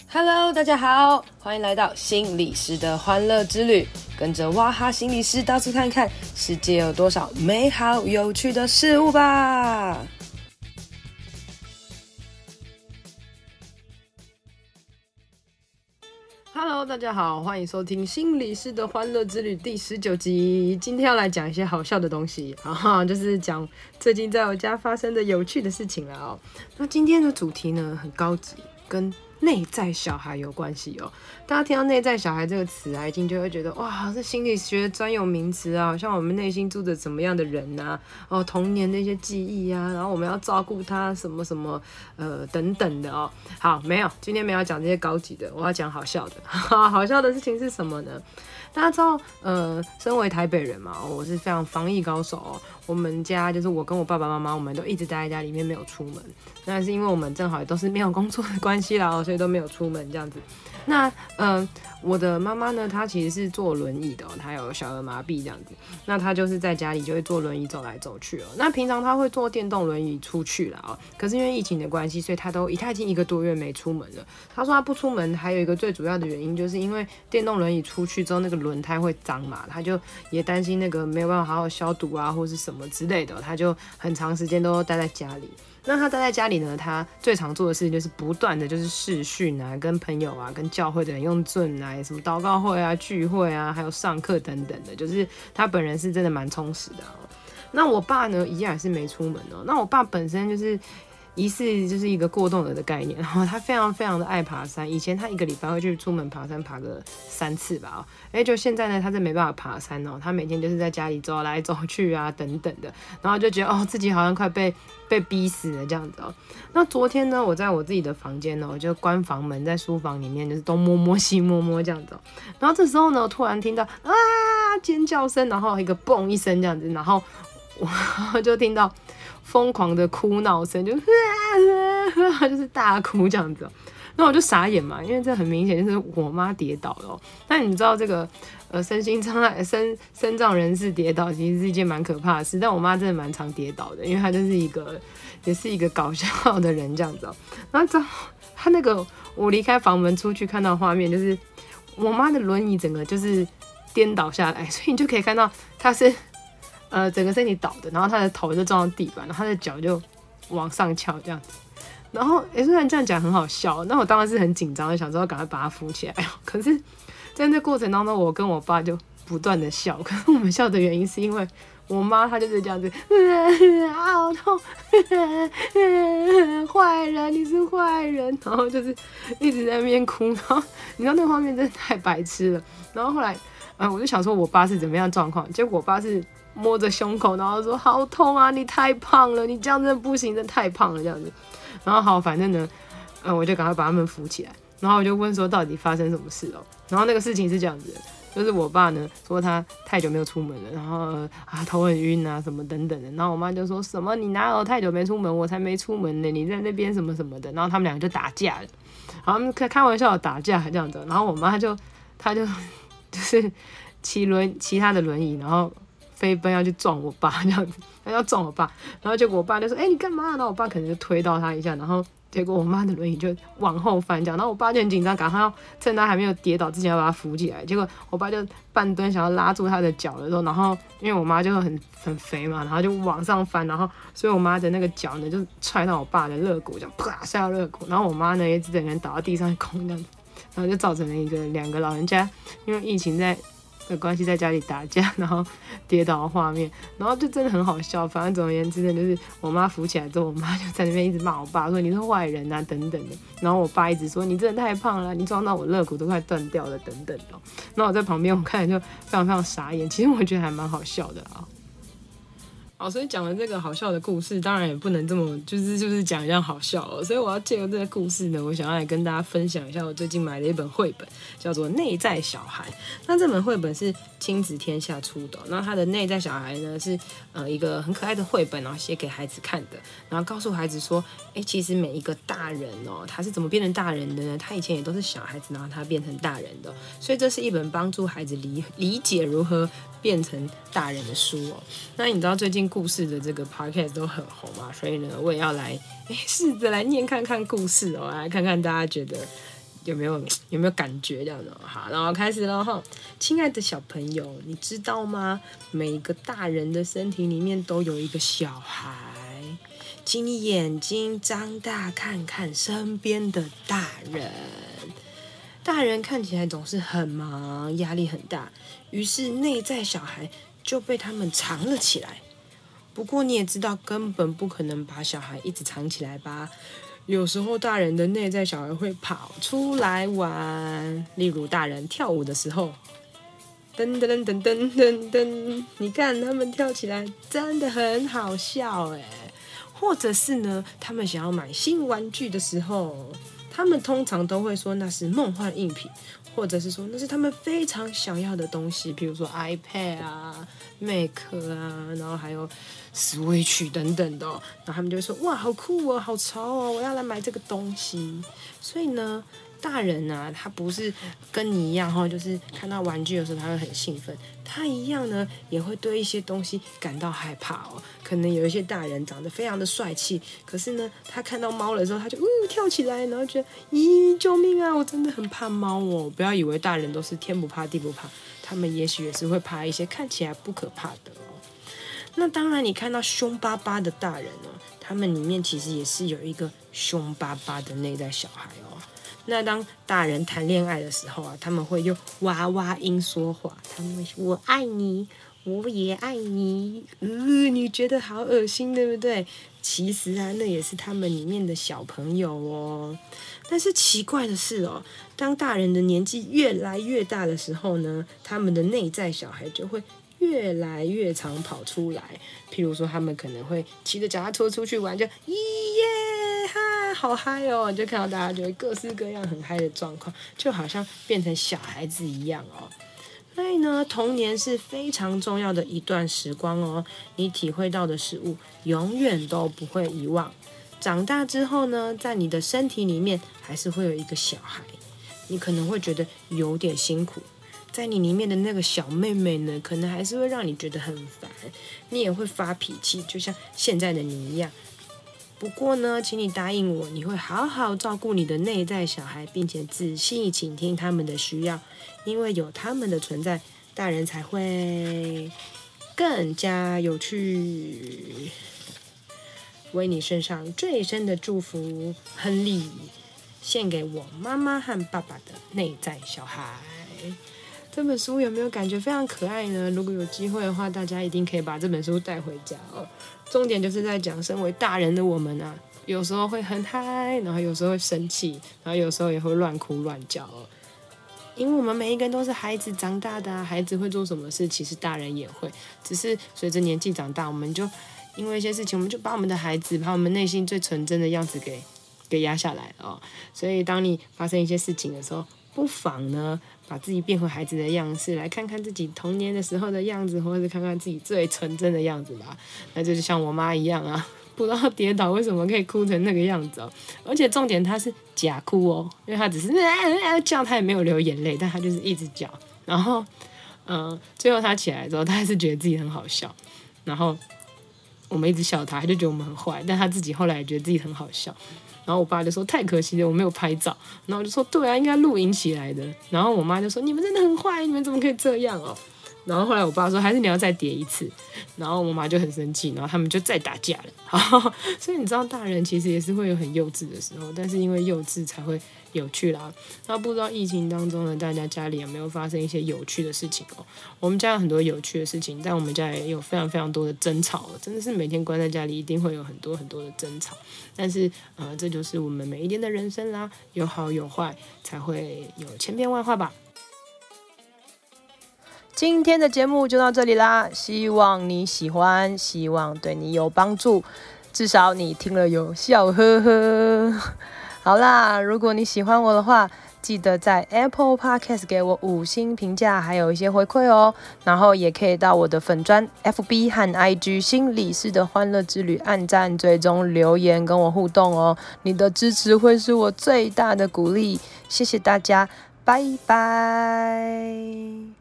Hello， 大家好，欢迎来到心理师的欢乐之旅，跟着哇哈心理师到处看看，世界有多少美好有趣的事物吧。Hello， 大家好，欢迎收听心理师的欢乐之旅第19集。今天要来讲一些好笑的东西，就是讲最近在我家发生的有趣的事情啦哦。那今天的主题呢，很高级，跟内在小孩有关系哦。大家听到内在小孩这个词啊，一定就会觉得哇，这心理学专有名词啊，好像我们内心住着怎么样的人啊，童年的一些记忆啊，然后我们要照顾他什么什么等等的哦。好，没有，今天没有讲这些高级的，我要讲好笑的。好笑的事情是什么呢？大家知道，身为台北人嘛，我是非常防疫高手哦。我们家就是我跟我爸爸妈妈，我们都一直待在家里面，没有出门。那是因为我们正好也都是没有工作的关系啦，所以都没有出门这样子。那我的妈妈呢，她其实是坐轮椅的哦，她有小儿麻痹这样子。那她就是在家里就会坐轮椅走来走去哦。那平常她会坐电动轮椅出去啦哦，可是因为疫情的关系，所以她已经1个多月没出门了。她说她不出门，还有一个最主要的原因，就是因为电动轮椅出去之后，那个轮胎会脏嘛，她就也担心那个没有办法好好消毒啊，或是什么之类的，她就很长时间都待在家里。那他待在家里呢，他最常做的事情就是不断的就是视讯啊，跟朋友啊，跟教会的人用Zoom啊，什么祷告会啊、聚会啊，还有上课等等的，就是他本人是真的蛮充实的哦。那我爸呢，一样也是没出门哦。那我爸本身就是疑似就是一个过动儿的概念，然后他非常非常的爱爬山。以前他1个礼拜会去出门爬山，爬个3次吧哦。就现在呢，他是没办法爬山哦，他每天就是在家里走来走去啊等等的，然后就觉得自己好像快被逼死了这样子哦。那昨天呢，我在我自己的房间我就关房门，在书房里面就是东摸摸西摸摸这样子哦。然后这时候呢，我突然听到尖叫声，然后一个嘣一声这样子，然后我就听到疯狂的哭闹声，就是大哭这样子哦。那我就傻眼嘛，因为这很明显就是我妈跌倒了哦。那你知道这个身心障碍、身障人士跌倒其实是一件蛮可怕的事，但我妈真的蛮常跌倒的，因为她就是也是一个搞笑的人这样子哦。然后之后她那个我离开房门出去看到画面，就是我妈的轮椅整个就是颠倒下来，所以你就可以看到她是整个身体倒的，然后她的头就撞到地板，然后她的脚就往上翘这样子。然后虽然这样讲很好笑，那我当然是很紧张，想说赶快把它扶起来。可是在这过程当中，我跟我爸就不断的笑。可是我们笑的原因是因为我妈她就是这样子，好痛，坏人，你是坏人，然后就是一直在那边哭。然后你知道那个画面真的太白痴了。然后后来我就想说我爸是怎么样的状况，结果我爸是摸着胸口，然后说好痛啊，你太胖了，你这样真的不行，真的太胖了这样子。然后好，反正呢，我就赶快把他们扶起来，然后我就问说到底发生什么事哦。然后那个事情是这样子的，就是我爸呢说他太久没有出门了，然后头很晕啊什么等等的。然后我妈就说什么你哪有太久没出门，我才没出门呢，你在那边什么什么的。然后他们两个就打架了，然后他们开玩笑的打架这样子。然后我妈就是骑他的轮椅，然后飞奔要去撞我爸这样子，他要撞我爸，然后结果我爸就说你干嘛？然后我爸可能就推到他一下，然后结果我妈的轮椅就往后翻这样，然后我爸就很紧张，赶快要趁他还没有跌倒之前要把他扶起来，结果我爸就半蹲想要拉住他的脚的时候，然后因为我妈就很肥嘛，然后就往上翻，然后所以我妈的那个脚呢就踹到我爸的肋骨，这样啪摔到肋骨，然后我妈呢也整个人倒到地上空这样子，然后就造成了两个老人家因为疫情的关系在家里打架，然后跌倒的画面，然后就真的很好笑。反正总而言之呢，就是我妈扶起来之后，我妈就在那边一直骂我爸说你是坏人啊等等的，然后我爸一直说你真的太胖了，你撞到我肋骨都快断掉了等等的。然后我在旁边我看着就非常非常傻眼，其实我觉得还蛮好笑的啊。好，所以讲了这个好笑的故事，当然也不能这么就是讲这样好笑哦。所以我要借由这个故事呢，我想要来跟大家分享一下我最近买的一本绘本，叫做《内在小孩》。那这本绘本是亲子天下出的，那它的内在小孩呢是一个很可爱的绘本，然后写给孩子看的，然后告诉孩子说，其实每一个大人他是怎么变成大人的呢？他以前也都是小孩子，然后他变成大人的，所以这是一本帮助孩子理解如何变成大人的书哦。那你知道最近故事的这个 podcast 都很红嘛，所以呢我也要来试着来念看看故事哦，来看看大家觉得有没有感觉这样的？好，然后开始了哈。亲爱的小朋友，你知道吗？每个大人的身体里面都有一个小孩，请你眼睛张大看看身边的大人。大人看起来总是很忙，压力很大，于是内在小孩就被他们藏了起来。不过你也知道，根本不可能把小孩一直藏起来吧？有时候大人的内在小孩会跑出来玩，例如大人跳舞的时候，噔噔噔噔噔噔，你看他们跳起来真的很好笑哎。或者是呢，他们想要买新玩具的时候，他们通常都会说那是梦幻硬品，或者是说那是他们非常想要的东西，比如说 iPad 啊、Mac 啊，然后还有 Switch 等等的哦，然后他们就会说哇，好酷哦，好潮哦，我要来买这个东西。所以呢，大人啊，他不是跟你一样哈，就是看到玩具的时候他会很兴奋，他一样呢也会对一些东西感到害怕哦。可能有一些大人长得非常的帅气，可是呢，他看到猫的时候，他就跳起来，然后觉得咦，救命啊！我真的很怕猫哦。不要以为大人都是天不怕地不怕，他们也许也是会怕一些看起来不可怕的哦。那当然，你看到凶巴巴的大人哦，他们里面其实也是有一个凶巴巴的内在小孩哦。那当大人谈恋爱的时候啊，他们会用娃娃音说话，他们会说我爱你，我也爱你，你觉得好恶心，对不对？其实啊，那也是他们里面的小朋友哦。但是奇怪的是哦，当大人的年纪越来越大的时候呢，他们的内在小孩就会越来越常跑出来。譬如说，他们可能会骑着脚踏车出去玩，就咦耶哈，好嗨哦！就看到大家就会各式各样很嗨的状况，就好像变成小孩子一样哦。所以呢，童年是非常重要的一段时光哦，你体会到的事物永远都不会遗忘。长大之后呢，在你的身体里面还是会有一个小孩，你可能会觉得有点辛苦，在你里面的那个小妹妹呢，可能还是会让你觉得很烦，你也会发脾气，就像现在的你一样。不过呢，请你答应我，你会好好照顾你的内在小孩，并且仔细倾听他们的需要，因为有他们的存在，大人才会更加有趣。为你献上最深的祝福，亨利，献给我妈妈和爸爸的内在小孩。这本书有没有感觉非常可爱呢？如果有机会的话，大家一定可以把这本书带回家哦。重点就是在讲，身为大人的我们啊，有时候会很嗨，然后有时候会生气，然后有时候也会乱哭乱叫哦。因为我们每一个人都是孩子长大的啊，孩子会做什么事，其实大人也会，只是随着年纪长大，我们就因为一些事情，我们就把我们的孩子，把我们内心最纯真的样子给压下来了哦。所以当你发生一些事情的时候，不妨呢，把自己变回孩子的样式，来看看自己童年的时候的样子，或者是看看自己最纯真的样子吧。那就是像我妈一样啊，不知道跌倒为什么可以哭成那个样子哦。而且重点她是假哭哦，因为她只是叫，她也没有流眼泪，但她就是一直叫。然后，最后她起来之后，她还是觉得自己很好笑。然后我们一直笑她，她就觉得我们很坏，但她自己后来也觉得自己很好笑。然后我爸就说太可惜了，我没有拍照。然后我就说对啊，应该录影起来的。然后我妈就说你们真的很坏，你们怎么可以这样哦？然后后来我爸说还是你要再叠一次。然后我妈就很生气，然后他们就再打架了。所以你知道大人其实也是会有很幼稚的时候，但是因为幼稚才会有趣啦。那不知道疫情当中呢，大家家里有没有发生一些有趣的事情哦？我们家有很多有趣的事情，但我们家也有非常非常多的争吵，真的是每天关在家里一定会有很多很多的争吵。但是这就是我们每一天的人生啦，有好有坏，才会有千变万化吧。今天的节目就到这里啦，希望你喜欢，希望对你有帮助，至少你听了有笑呵呵。好啦，如果你喜欢我的话，记得在 Apple Podcast 给我5星评价，还有一些回馈哦。然后也可以到我的粉专 FB 和 IG 心理师的欢乐之旅按赞、追踪、留言跟我互动哦。你的支持会是我最大的鼓励，谢谢大家，拜拜。